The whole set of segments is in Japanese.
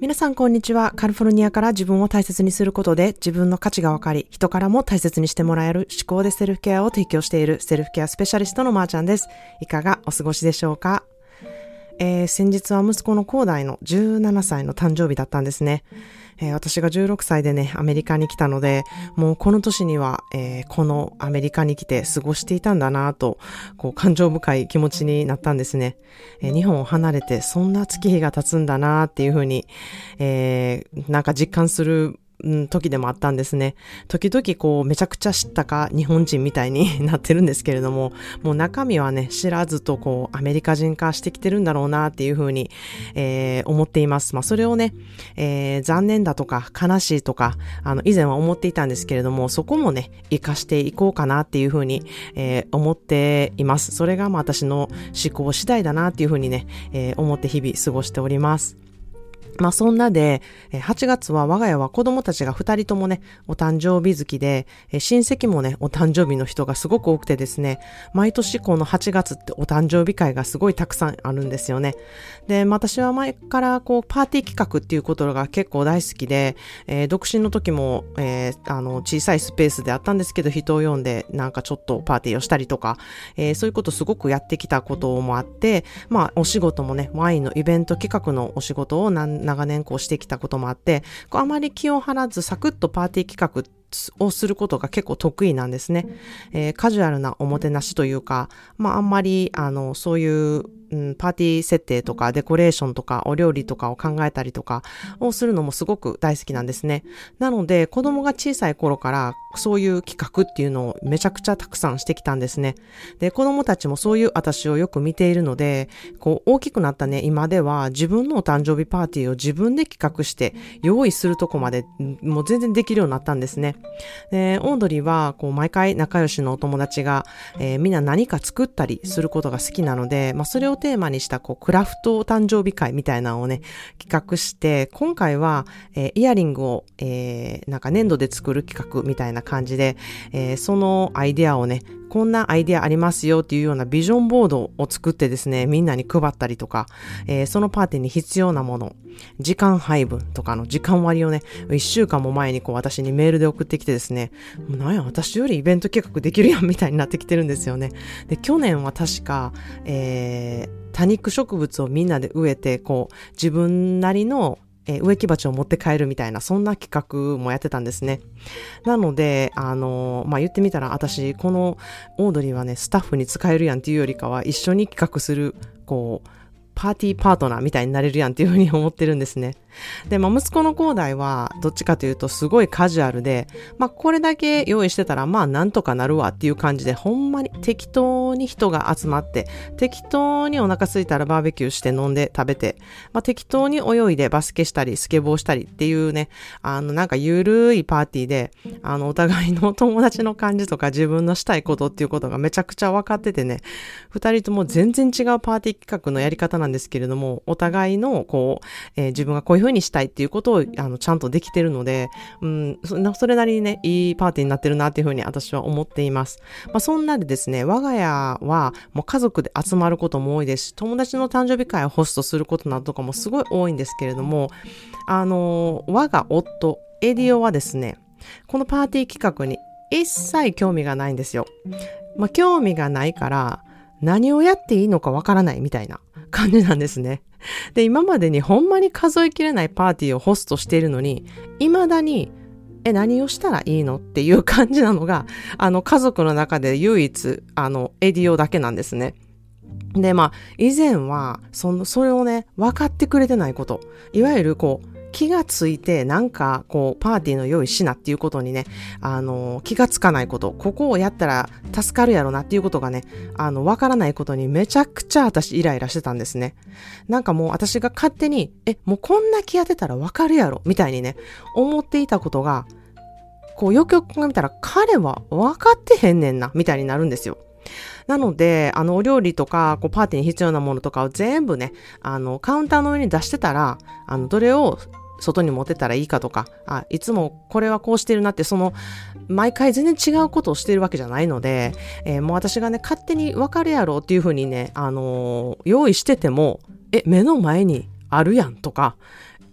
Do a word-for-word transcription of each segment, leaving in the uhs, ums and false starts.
皆さんこんにちは。カリフォルニアから自分を大切にすることで自分の価値が分かり、人からも大切にしてもらえる思考でセルフケアを提供しているセルフケアスペシャリストのまーちゃんです。いかがお過ごしでしょうか？えー、先日は息子のコウダイのじゅうななさいの誕生日だったんですね。えー、私がじゅうろくさいでね、アメリカに来たので、もうこの年には、えー、このアメリカに来て過ごしていたんだなぁと、こう感情深い気持ちになったんですね。えー、日本を離れてそんな月日が経つんだなぁっていうふうに、えー、なんか実感するうん、時でもあったんですね。時々こうめちゃくちゃ知ったか日本人みたいになってるんですけれども、もう中身はね知らずとこうアメリカ人化してきてるんだろうなっていうふうに、えー、思っています。まあそれをね、えー、残念だとか悲しいとかあの以前は思っていたんですけれども、そこもね活かしていこうかなっていうふうに、えー、思っています。それがまあ私の思考次第だなっていうふうにね、えー、思って日々過ごしております。まあそんなで、はちがつは我が家は子供たちがふたりともね、お誕生日月で、親戚もね、お誕生日の人がすごく多くてですね、毎年このはちがつってお誕生日会がすごいたくさんあるんですよね。で、私は前からこうパーティー企画っていうことが結構大好きで、えー、独身の時も、えー、あの小さいスペースであったんですけど、人を呼んでなんかちょっとパーティーをしたりとか、えー、そういうことすごくやってきたこともあって、まあお仕事もね、ワインのイベント企画のお仕事を何長年こうしてきたこともあって、こうあまり気を張らずサクッとパーティー企画をすることが結構得意なんですね。えー、カジュアルなおもてなしというか、まああんまりあのそういううん、パーティー設定とかデコレーションとかお料理とかを考えたりとかをするのもすごく大好きなんですね。なので子供が小さい頃からそういう企画っていうのをめちゃくちゃたくさんしてきたんですね。で、子供たちもそういう私をよく見ているので、こう大きくなったね今では自分のお誕生日パーティーを自分で企画して用意するとこまでもう全然できるようになったんですね。で、オードリーはこう毎回仲良しのお友達が、えー、みんな何か作ったりすることが好きなので、まあそれをテーマにしたこうクラフト誕生日会みたいなのをね企画して、今回は、えー、イヤリングを、えー、なんか粘土で作る企画みたいな感じで、えー、そのアイデアをね、こんなアイデアありますよっていうようなビジョンボードを作ってですね、みんなに配ったりとか、えー、そのパーティーに必要なもの、時間配分とかの時間割をね、いっしゅうかんも前にこう私にメールで送ってきてですね、なんや私よりイベント企画できるやんみたいになってきてるんですよね。で、去年は確か、えー、多肉植物をみんなで植えて、こう自分なりのえー、植木鉢を持って帰るみたいな、そんな企画もやってたんですね。なので、あのー、まあ、言ってみたら、私、このオードリーはね、スタッフに使えるやんっていうよりかは、一緒に企画する、こう、パーティーパートナーみたいになれるやんっていうふうに思ってるんですね。で、まあ、息子のコウダイはどっちかというとすごいカジュアルで、まあ、これだけ用意してたらまあなんとかなるわっていう感じで、ほんまに適当に人が集まって、適当にお腹空いたらバーベキューして飲んで食べて、まあ、適当に泳いでバスケしたりスケボーしたりっていうね、あのなんかゆるいパーティーで、あのお互いの友達の感じとか自分のしたいことっていうことがめちゃくちゃ分かっててね、二人とも全然違うパーティー企画のやり方なんですけれども、お互いのこう、えー、自分がこういう風にしたいっていうことをあのちゃんとできてるので、うん、そ, それなりにねいいパーティーになってるなっていう風に私は思っています。まあ、そんなでですね、我が家はもう家族で集まることも多いですし、友達の誕生日会をホストすることなどとかもすごい多いんですけれども、あの我が夫エディオはですね、このパーティー企画に一切興味がないんですよ。まあ、興味がないから何をやっていいのかわからないみたいな感じなんですね。で、今までにほんまに数えきれないパーティーをホストしているのに、未だにえ何をしたらいいのっていう感じなのが、あの家族の中で唯一あのエディオだけなんですね。で、まあ以前はそのそれをね分かってくれてないこと、いわゆるこう気がついてなんかこうパーティーの用意しなっていうことにね、あの気がつかないこと、ここをやったら助かるやろなっていうことがね、あのわからないことにめちゃくちゃ私イライラしてたんですね。なんかもう私が勝手にえもうこんな気当てたらわかるやろみたいにね思っていたことが、こうよくよく見たら彼は分かってへんねんなみたいになるんですよ。なので、あの、お料理とか、こう、パーティーに必要なものとかを全部ね、あの、カウンターの上に出してたら、あの、どれを外に持ってたらいいかとか、あ、いつもこれはこうしてるなって、その、毎回全然違うことをしているわけじゃないので、えー、もう私がね、勝手に分かるやろっていうふうにね、あのー、用意してても、え、目の前にあるやんとか、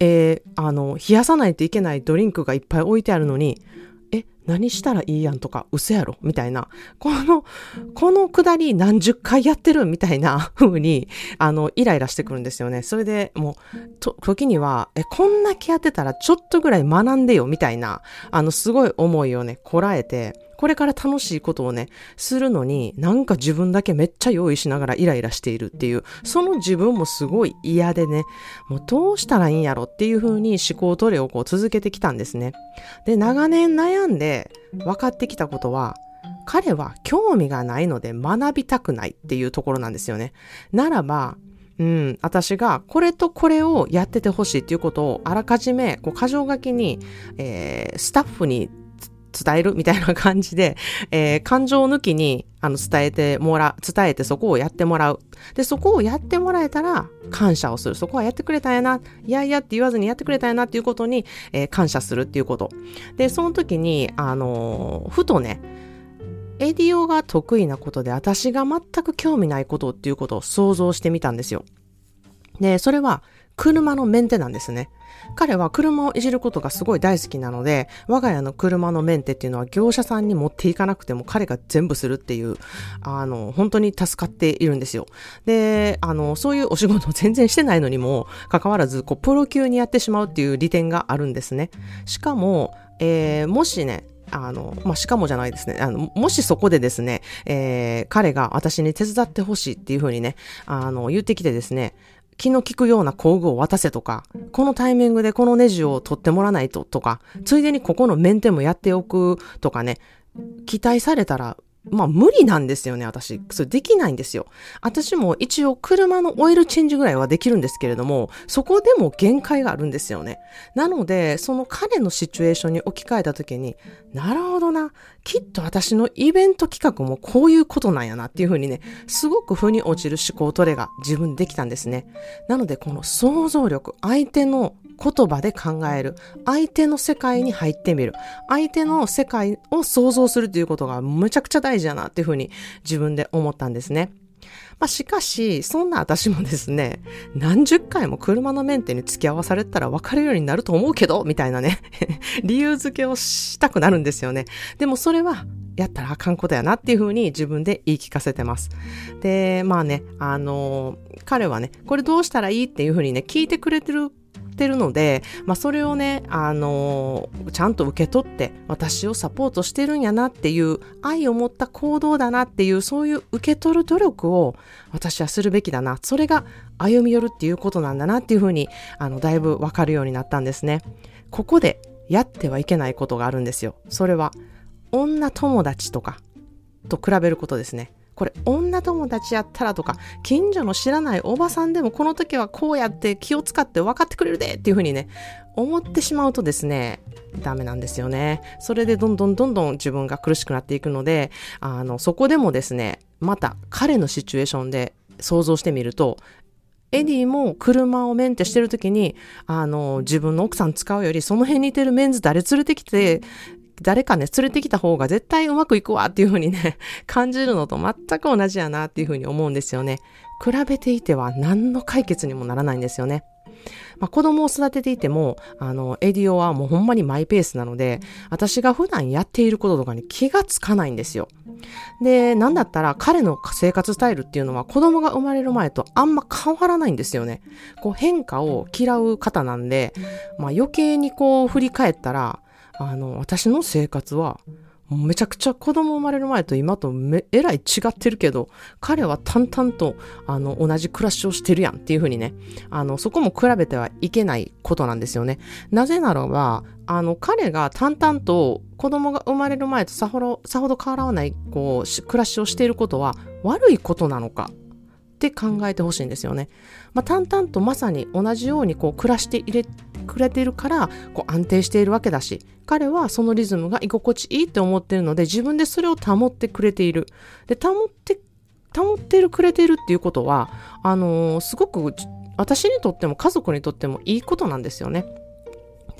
えー、あの、冷やさないといけないドリンクがいっぱい置いてあるのに、え、何したらいいやんとか、嘘やろみたいな。この、このくだり何十回やってるみたいな風に、あの、イライラしてくるんですよね。それでもう、と、時には、え、こんだけやってたらちょっとぐらい学んでよみたいな、あの、すごい思いをね、こらえて、これから楽しいことをね、するのに、なんか自分だけめっちゃ用意しながらイライラしているっていう、その自分もすごい嫌でね、もうどうしたらいいんやろっていう風に思考トレをこう続けてきたんですね。で、長年悩んで分かってきたことは、彼は興味がないので学びたくないっていうところなんですよね。ならば、うん、私がこれとこれをやっててほしいっていうことをあらかじめこう箇条書きに、えー、スタッフに伝えるみたいな感じで、えー、感情抜きにあの伝えてもらう、伝えてそこをやってもらう。で、そこをやってもらえたら感謝をする。そこはやってくれたんやな。いやいやって言わずにやってくれたんやなっていうことに、えー、感謝するっていうこと。で、その時に、あのー、ふとね、エディオが得意なことで私が全く興味ないことっていうことを想像してみたんですよ。で、それは車のメンテなんですね。彼は車をいじることがすごい大好きなので、我が家の車のメンテっていうのは業者さんに持っていかなくても彼が全部するっていう、あの、本当に助かっているんですよ。で、あの、そういうお仕事を全然してないのにもかかわらず、こう、プロ級にやってしまうっていう利点があるんですね。しかも、えー、もしね、あの、まあ、しかもじゃないですね。あの、もしそこでですね、えー、彼が私に手伝ってほしいっていうふうにね、あの、言ってきてですね、気の利くような工具を渡せとか、このタイミングでこのネジを取ってもらわないととか、ついでにここのメンテもやっておくとかね、期待されたら、まあ無理なんですよね、私。それできないんですよ。私も一応車のオイルチェンジぐらいはできるんですけれども、そこでも限界があるんですよね。なので、その彼のシチュエーションに置き換えたときに、なるほどな、きっと私のイベント企画もこういうことなんやなっていうふうにね、すごく腑に落ちる思考トレが自分でできたんですね。なので、この想像力、相手の言葉で考える。相手の世界に入ってみる。相手の世界を想像するということがむちゃくちゃ大事だなっていうふうに自分で思ったんですね。まあ、しかし、そんな私もですね、何十回も車のメンテに付き合わされたら分かるようになると思うけど、みたいなね、理由付けをしたくなるんですよね。でもそれは、やったらあかんことやなっていうふうに自分で言い聞かせてます。で、まあね、あのー、彼はね、これどうしたらいいっていうふうにね、聞いてくれてるてるので、まあそれをね、あのー、ちゃんと受け取って私をサポートしてるんやなっていう愛を持った行動だなっていう、そういう受け取る努力を私はするべきだな。それが歩み寄るっていうことなんだなっていうふうに、あの、だいぶわかるようになったんですね。ここでやってはいけないことがあるんですよ。それは女友達とかと比べることですね。これ女友達やったらとか、近所の知らないおばさんでもこの時はこうやって気を使って分かってくれるでっていう風にね、思ってしまうとですね、ダメなんですよね。それでどんどんどんどん自分が苦しくなっていくので、あの、そこでもですね、また彼のシチュエーションで想像してみると、エディも車をメンテしてる時に、あの、自分の奥さん使うよりその辺にいてるメンズ誰連れてきて、誰かね、連れてきた方が絶対うまくいくわっていう風にね、感じるのと全く同じやなっていう風に思うんですよね。比べていては何の解決にもならないんですよね。まあ、子供を育てていても、あの、エディオはもうほんまにマイペースなので、私が普段やっていることとかに気がつかないんですよ。で、なんだったら彼の生活スタイルっていうのは子供が生まれる前とあんま変わらないんですよね。こう変化を嫌う方なんで、まあ余計にこう振り返ったら、あの、私の生活は、めちゃくちゃ子供生まれる前と今とめえらい違ってるけど、彼は淡々と、あの、同じ暮らしをしてるやんっていう風にね、あの、そこも比べてはいけないことなんですよね。なぜならば、あの、彼が淡々と子供が生まれる前とさほど、さほど変わらない、こう、暮らしをしていることは悪いことなのかって考えてほしいんですよね。まあ、淡々とまさに同じようにこう暮らしていれくれているからこう安定しているわけだし、彼はそのリズムが居心地いいって思っているので自分でそれを保ってくれている。で、保って保ってるくれているっていうことはあのー、すごく私にとっても家族にとってもいいことなんですよね。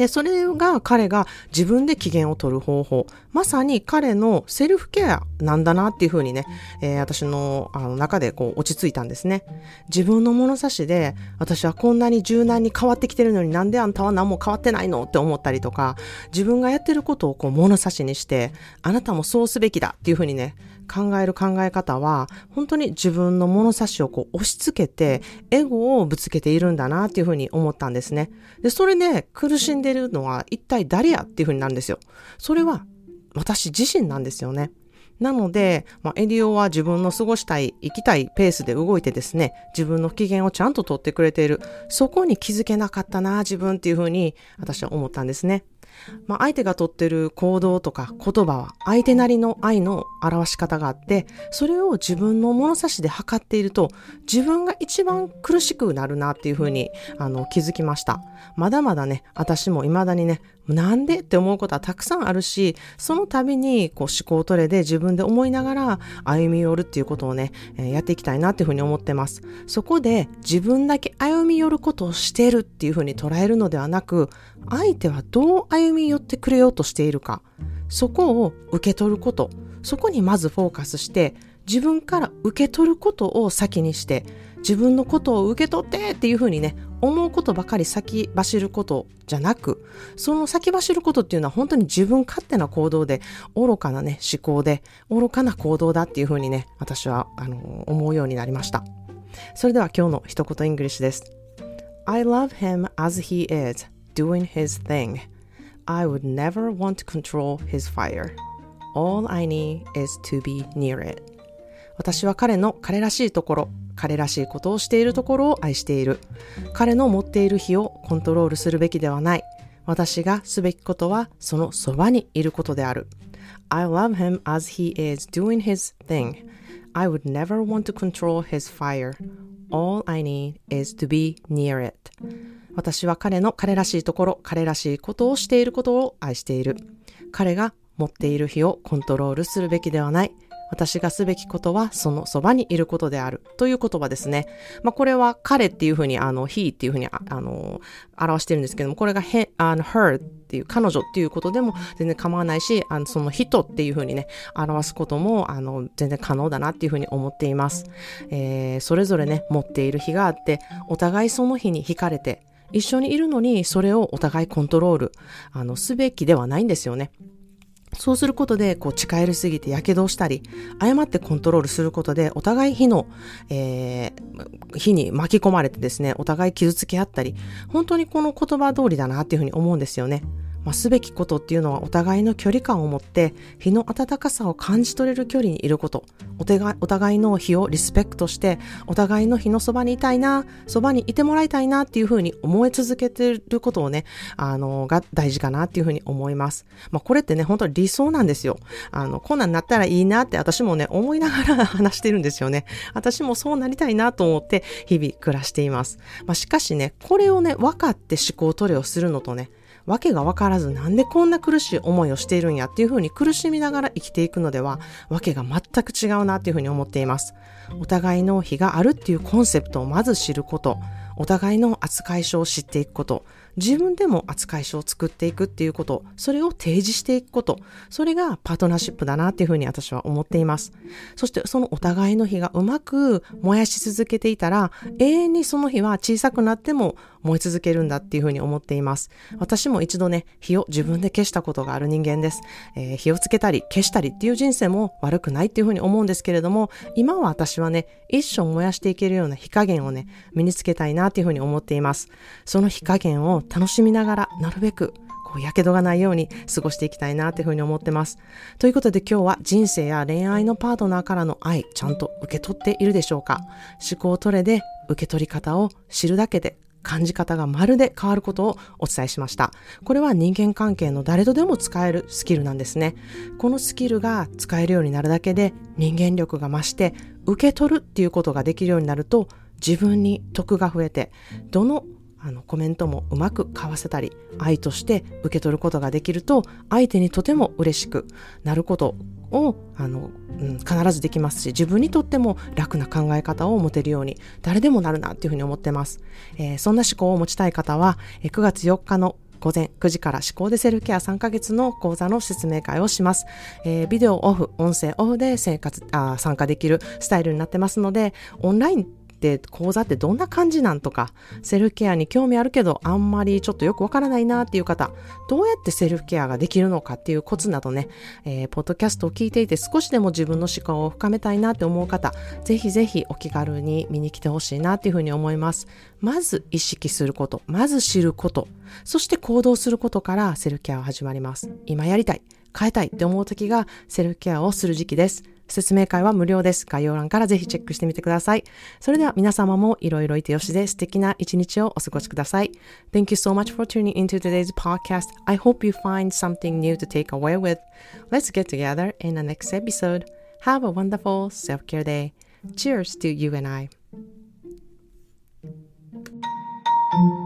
で、それが彼が自分で機嫌を取る方法。まさに彼のセルフケアなんだなっていうふうにね、えー、私の、あの中でこう落ち着いたんですね。自分の物差しで、私はこんなに柔軟に変わってきてるのになんであんたは何も変わってないのって思ったりとか、自分がやってることをこう物差しにして、あなたもそうすべきだっていうふうにね、考える考え方は、本当に自分の物差しをこう押し付けて、エゴをぶつけているんだなっていうふうに思ったんですね。で、それで苦しんでるのは一体誰やっていうふうになるんですよ。それは私自身なんですよね。なので、まあ、エリオは自分の過ごしたい、生きたいペースで動いてですね、自分の機嫌をちゃんと取ってくれている。そこに気づけなかったな、自分っていうふうに私は思ったんですね。まあ、相手が取ってる行動とか言葉は相手なりの愛の表し方があって、それを自分の物差しで測っていると自分が一番苦しくなるなっていうふうにあの気づきました。まだまだね、私も未だにね、なんでって思うことはたくさんあるし、その度にこう思考トレで自分で思いながら歩み寄るっていうことをね、えー、やっていきたいなっていうふうに思ってます。そこで自分だけ歩み寄ることをしているっていうふうに捉えるのではなく、相手はどう歩み寄ってくれようとしているか、そこを受け取ること、そこにまずフォーカスして自分から受け取ることを先にして、自分のことを受け取ってっていうふうにね、思うことばかり先走ることじゃなく、その先走ることっていうのは本当に自分勝手な行動で、愚かなね思考で愚かな行動だっていうふうにね、私はあの思うようになりました。それでは今日の一言イングリッシュです。 I love him as he is doing his thing. I would never want to control his fire. All I need is to be near it. 私は彼の彼らしいところ、彼らしいことをしているところを愛している。彼の持っている火をコントロールするべきではない。私がすべきことはそのそばにいることである。I love him as he is doing his thing. I would never want to control his fire. All I need is to be near it. 私は彼の彼らしいところ、彼らしいことをしていることを愛している。彼が持っている火をコントロールするべきではない。私がすべきことはそのそばにいることであるという言葉ですね。まあ、これは彼っていうふうに、あの、he っていうふうに、あの、表してるんですけども、これがへ、あの、her っていう、彼女っていうことでも全然構わないし、あの、その人っていうふうにね、表すことも、あの、全然可能だなっていうふうに思っています。えー、それぞれね、持っている火があって、お互いその火に惹かれて、一緒にいるのに、それをお互いコントロール、あの、すべきではないんですよね。そうすることで、こう、近寄りすぎて火傷をしたり、誤ってコントロールすることで、お互い火の、えー、火に巻き込まれてですね、お互い傷つけ合ったり、本当にこの言葉通りだなっていうふうに思うんですよね。まあ、すべきことっていうのはお互いの距離感を持って火の温かさを感じ取れる距離にいること、お互い、お互いの火をリスペクトしてお互いの火のそばにいたいな、そばにいてもらいたいなっていうふうに思い続けてることをね、あのが大事かなっていうふうに思います。まあ、これってね本当に理想なんですよ。あのこんなんなったらいいなって私もね思いながら話してるんですよね。私もそうなりたいなと思って日々暮らしています。まあ、しかしねこれをね分かって思考トレをするのとね、わけが分からずなんでこんな苦しい思いをしているんやっていうふうに苦しみながら生きていくのではわけが全く違うなっていうふうに思っています。お互いの非があるっていうコンセプトをまず知ること、お互いの扱い書を知っていくこと、自分でも扱い書を作っていくっていうこと、それを提示していくこと、それがパートナーシップだなっていうふうに私は思っています。そしてそのお互いの火がうまく燃やし続けていたら永遠にその火は小さくなっても燃え続けるんだっていうふうに思っています。私も一度ね火を自分で消したことがある人間です。えー、火をつけたり消したりっていう人生も悪くないっていうふうに思うんですけれども、今は私はね一生燃やしていけるような火加減をね身につけたいなっていうふうに思っています。その火加減を楽しみながらなるべくこうやけどがないように過ごしていきたいなっていうふうに思ってます。ということで今日は人生や恋愛のパートナーからの愛ちゃんと受け取っているでしょうか。思考トレで受け取り方を知るだけで感じ方がまるで変わることをお伝えしました。これは人間関係の誰とでも使えるスキルなんですね。このスキルが使えるようになるだけで人間力が増して受け取るっていうことができるようになると自分に得が増えて、どのあのコメントもうまく交わせたり愛として受け取ることができると相手にとても嬉しくなることをあの、うん、必ずできますし、自分にとっても楽な考え方を持てるように誰でもなるなっていうふうに思ってます。えー、そんな思考を持ちたい方はくがつよっかの午前くじから思考でセルフケアさんかげつの講座の説明会をします。えー、ビデオオフ、音声オフで生活あ参加できるスタイルになってますので、オンラインで講座ってどんな感じなんとか、セルフケアに興味あるけどあんまりちょっとよくわからないなっていう方、どうやってセルフケアができるのかっていうコツなどね、えー、ポッドキャストを聞いていて少しでも自分の思考を深めたいなって思う方、ぜひぜひお気軽に見に来てほしいなっていうふうに思います。まず意識すること、まず知ること、そして行動することからセルフケアは始まります。今やりたい、変えたいって思う時がセルフケアをする時期です。説明会は無料です。概要欄からぜひチェックしてみてください。それでは皆様もいろいろいてよしで素敵な一日をお過ごしください。Thank you so much for tuning into today's podcast. I hope you find something new to take away with. Let's get together in the next episode. Have a wonderful self-care day. Cheers to you and I.